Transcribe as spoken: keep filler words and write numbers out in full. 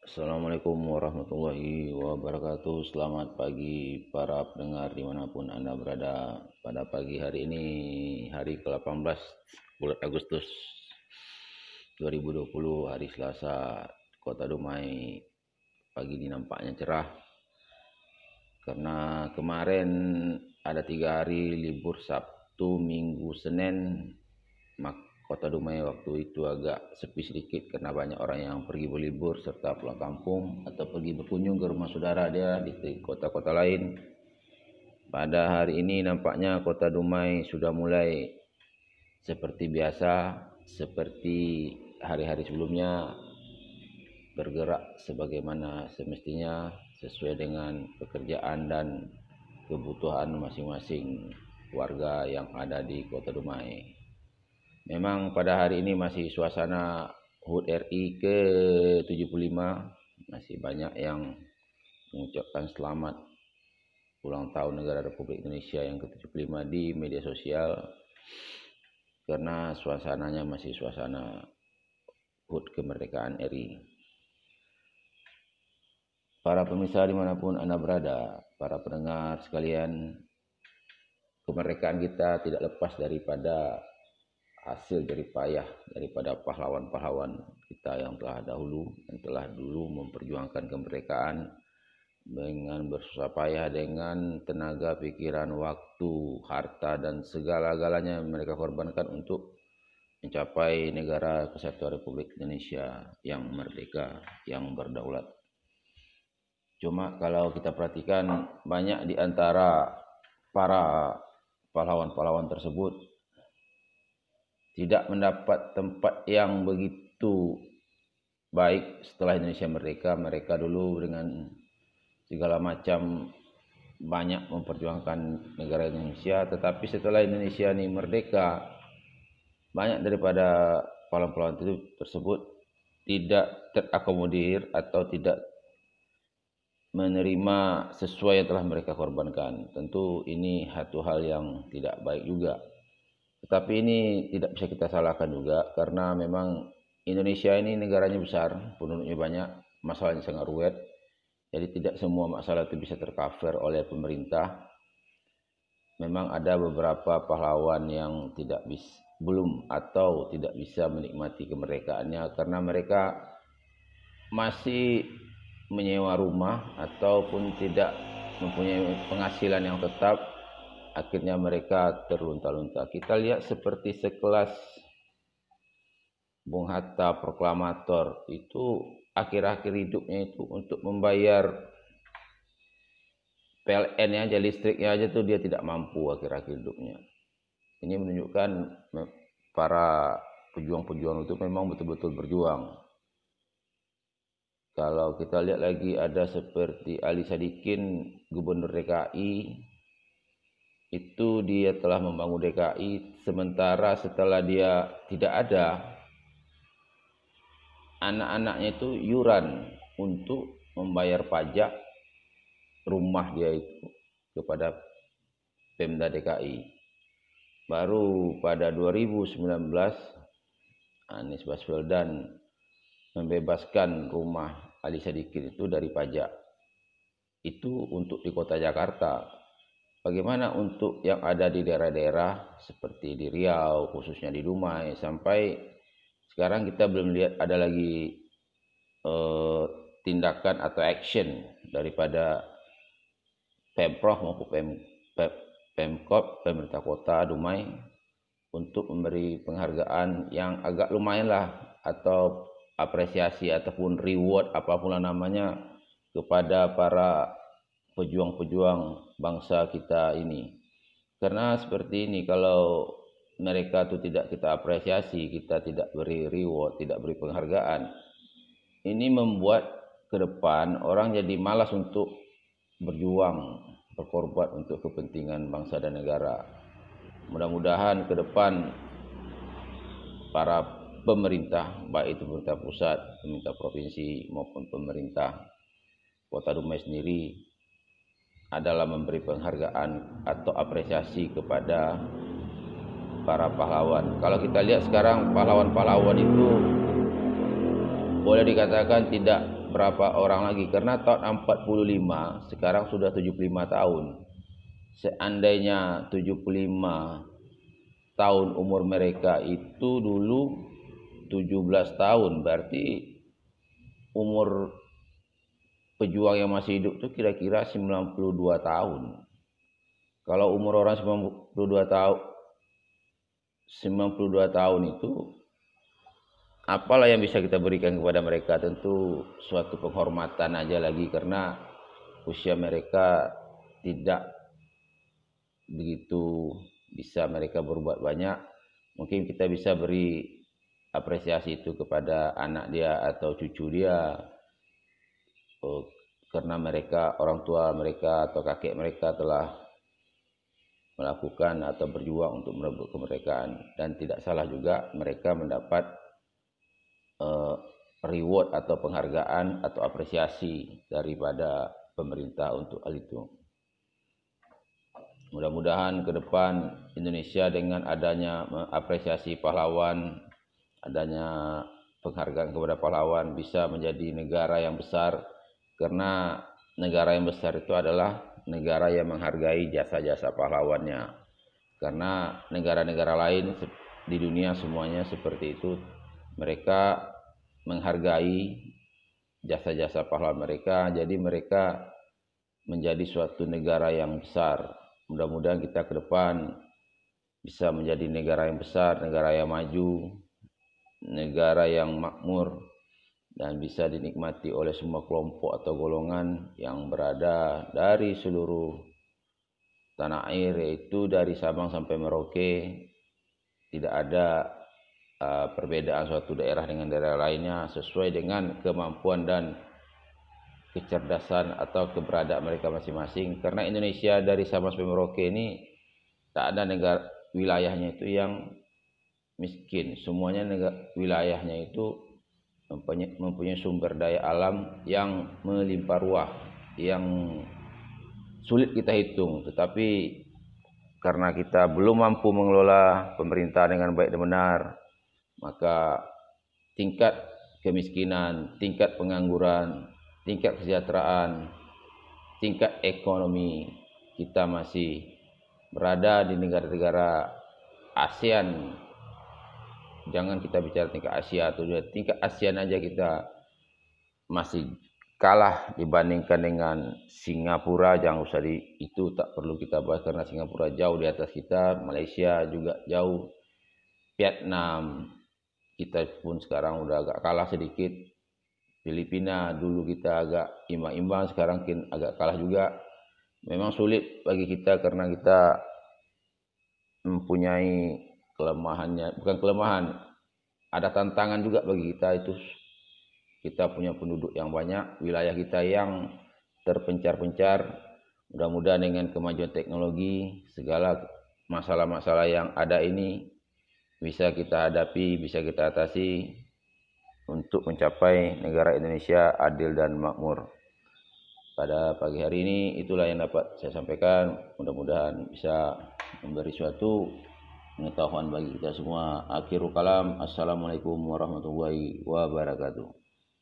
Assalamualaikum warahmatullahi wabarakatuh. Selamat pagi para pendengar dimanapun Anda berada. Pada pagi hari ini, hari ke delapan belas bulan Agustus dua ribu dua puluh, hari Selasa, Kota Dumai pagi ini nampaknya cerah. Karena kemarin ada tiga hari libur, Sabtu, Minggu, Senin, Kota Dumai waktu itu agak sepi sedikit karena banyak orang yang pergi berlibur serta pulang kampung atau pergi berkunjung ke rumah saudara dia di kota-kota lain. Pada hari ini nampaknya Kota Dumai sudah mulai seperti biasa, seperti hari-hari sebelumnya, bergerak sebagaimana semestinya sesuai dengan pekerjaan dan kebutuhan masing-masing warga yang ada di Kota Dumai. Memang pada hari ini masih suasana H U T R I ke tujuh puluh lima, masih banyak yang mengucapkan selamat ulang tahun negara Republik Indonesia yang ke tujuh puluh lima di media sosial, karena suasananya masih suasana H U T kemerdekaan R I. Para pemirsa dimanapun Anda berada, para pendengar sekalian, kemerdekaan kita tidak lepas daripada hasil dari payah daripada pahlawan-pahlawan kita yang telah dahulu, yang telah dulu memperjuangkan kemerdekaan dengan bersusah payah, dengan tenaga, pikiran, waktu, harta, dan segala-galanya mereka korbankan untuk mencapai negara kesatuan Republik Indonesia yang merdeka, yang berdaulat. Cuma kalau kita perhatikan, banyak di antara para pahlawan-pahlawan tersebut tidak mendapat tempat yang begitu baik setelah Indonesia merdeka. Mereka dulu dengan segala macam banyak memperjuangkan negara Indonesia, tetapi setelah Indonesia ini merdeka, banyak daripada pahlawan-pahlawan tersebut tidak terakomodir atau tidak menerima sesuai yang telah mereka korbankan. Tentu ini satu hal yang tidak baik juga. Tetapi ini tidak bisa kita salahkan juga, karena memang Indonesia ini negaranya besar, penduduknya banyak, masalahnya sangat ruwet. Jadi tidak semua masalah itu bisa tercover oleh pemerintah. Memang ada beberapa pahlawan yang tidak bisa, belum atau tidak bisa menikmati kemerdekaannya karena mereka masih menyewa rumah ataupun tidak mempunyai penghasilan yang tetap. Akhirnya mereka terlunta-lunta. Kita lihat seperti sekelas Bung Hatta, proklamator, itu akhir-akhir hidupnya itu untuk membayar P L N-nya aja, listriknya aja tuh dia tidak mampu akhir-akhir hidupnya. Ini menunjukkan para pejuang-pejuang itu memang betul-betul berjuang. Kalau kita lihat lagi ada seperti Ali Sadikin, Gubernur D K I, itu dia telah membangun D K I, sementara setelah dia tidak ada, anak-anaknya itu yuran untuk membayar pajak rumah dia itu kepada Pemda D K I. Baru pada dua ribu sembilan belas Anies Baswedan membebaskan rumah Ali Sadikin itu dari pajak. Itu untuk di kota Jakarta. Bagaimana untuk yang ada di daerah-daerah seperti di Riau, khususnya di Dumai, sampai sekarang kita belum lihat ada lagi eh, tindakan atau action daripada Pemprov maupun Pem, Pem, Pemkot, pemerintah kota Dumai, untuk memberi penghargaan yang agak lumayan lah, atau apresiasi ataupun reward apapun namanya kepada para pejuang-pejuang bangsa kita ini. Karena seperti ini, kalau mereka itu tidak kita apresiasi, kita tidak beri reward, tidak beri penghargaan, ini membuat ke depan orang jadi malas untuk berjuang, berkorban untuk kepentingan bangsa dan negara. Mudah-mudahan ke depan para pemerintah, baik itu pemerintah pusat, pemerintah provinsi maupun pemerintah Kota Dumai sendiri, adalah memberi penghargaan atau apresiasi kepada para pahlawan. Kalau kita lihat sekarang pahlawan-pahlawan itu boleh dikatakan tidak berapa orang lagi, karena tahun empat puluh lima sekarang sudah tujuh puluh lima tahun. Seandainya tujuh puluh lima tahun umur mereka itu dulu tujuh belas tahun, berarti umur pejuang yang masih hidup itu kira-kira sembilan puluh dua tahun. Kalau umur orang sembilan puluh dua tahun sembilan puluh dua tahun itu, apalah yang bisa kita berikan kepada mereka? Tentu suatu penghormatan aja lagi, karena usia mereka tidak begitu bisa mereka berbuat banyak. Mungkin kita bisa beri apresiasi itu kepada anak dia atau cucu dia, oh, karena mereka, orang tua mereka atau kakek mereka telah melakukan atau berjuang untuk merebut kemerdekaan. Dan tidak salah juga mereka mendapat uh, reward atau penghargaan atau apresiasi daripada pemerintah untuk hal itu. Mudah-mudahan ke depan Indonesia dengan adanya apresiasi pahlawan, adanya penghargaan kepada pahlawan, bisa menjadi negara yang besar. Karena negara yang besar itu adalah negara yang menghargai jasa-jasa pahlawannya. Karena negara-negara lain di dunia semuanya seperti itu, mereka menghargai jasa-jasa pahlawan mereka, jadi mereka menjadi suatu negara yang besar. Mudah-mudahan kita ke depan bisa menjadi negara yang besar, negara yang maju, negara yang makmur, dan bisa dinikmati oleh semua kelompok atau golongan yang berada dari seluruh tanah air, yaitu dari Sabang sampai Merauke. Tidak ada uh, perbedaan suatu daerah dengan daerah lainnya, sesuai dengan kemampuan dan kecerdasan atau keberadaan mereka masing-masing. Karena Indonesia dari Sabang sampai Merauke ini tak ada negara wilayahnya itu yang miskin. Semuanya negara wilayahnya itu mempunyai, mempunyai sumber daya alam yang melimpah ruah, yang sulit kita hitung. Tetapi karena kita belum mampu mengelola pemerintah dengan baik dan benar, maka tingkat kemiskinan, tingkat pengangguran, tingkat kesejahteraan, tingkat ekonomi kita masih berada di negara-negara ASEAN. Jangan kita bicara tingkat Asia atau tingkat ASEAN aja kita masih kalah dibandingkan dengan Singapura. Jangan usah di, itu tak perlu kita bahas karena Singapura jauh di atas kita, Malaysia juga jauh, Vietnam kita pun sekarang udah agak kalah sedikit, Filipina dulu kita agak imbang-imbang, sekarang agak kalah juga. Memang sulit bagi kita karena kita mempunyai kelemahannya, bukan kelemahan, ada tantangan juga bagi kita. Itu kita punya penduduk yang banyak, wilayah kita yang terpencar-pencar. Mudah-mudahan dengan kemajuan teknologi, segala masalah-masalah yang ada ini bisa kita hadapi, bisa kita atasi untuk mencapai negara Indonesia adil dan makmur. Pada pagi hari ini itulah yang dapat saya sampaikan. Mudah-mudahan bisa memberi suatu pengetahuan bagi kita semua. Akhirul kalam, assalamualaikum warahmatullahi wabarakatuh.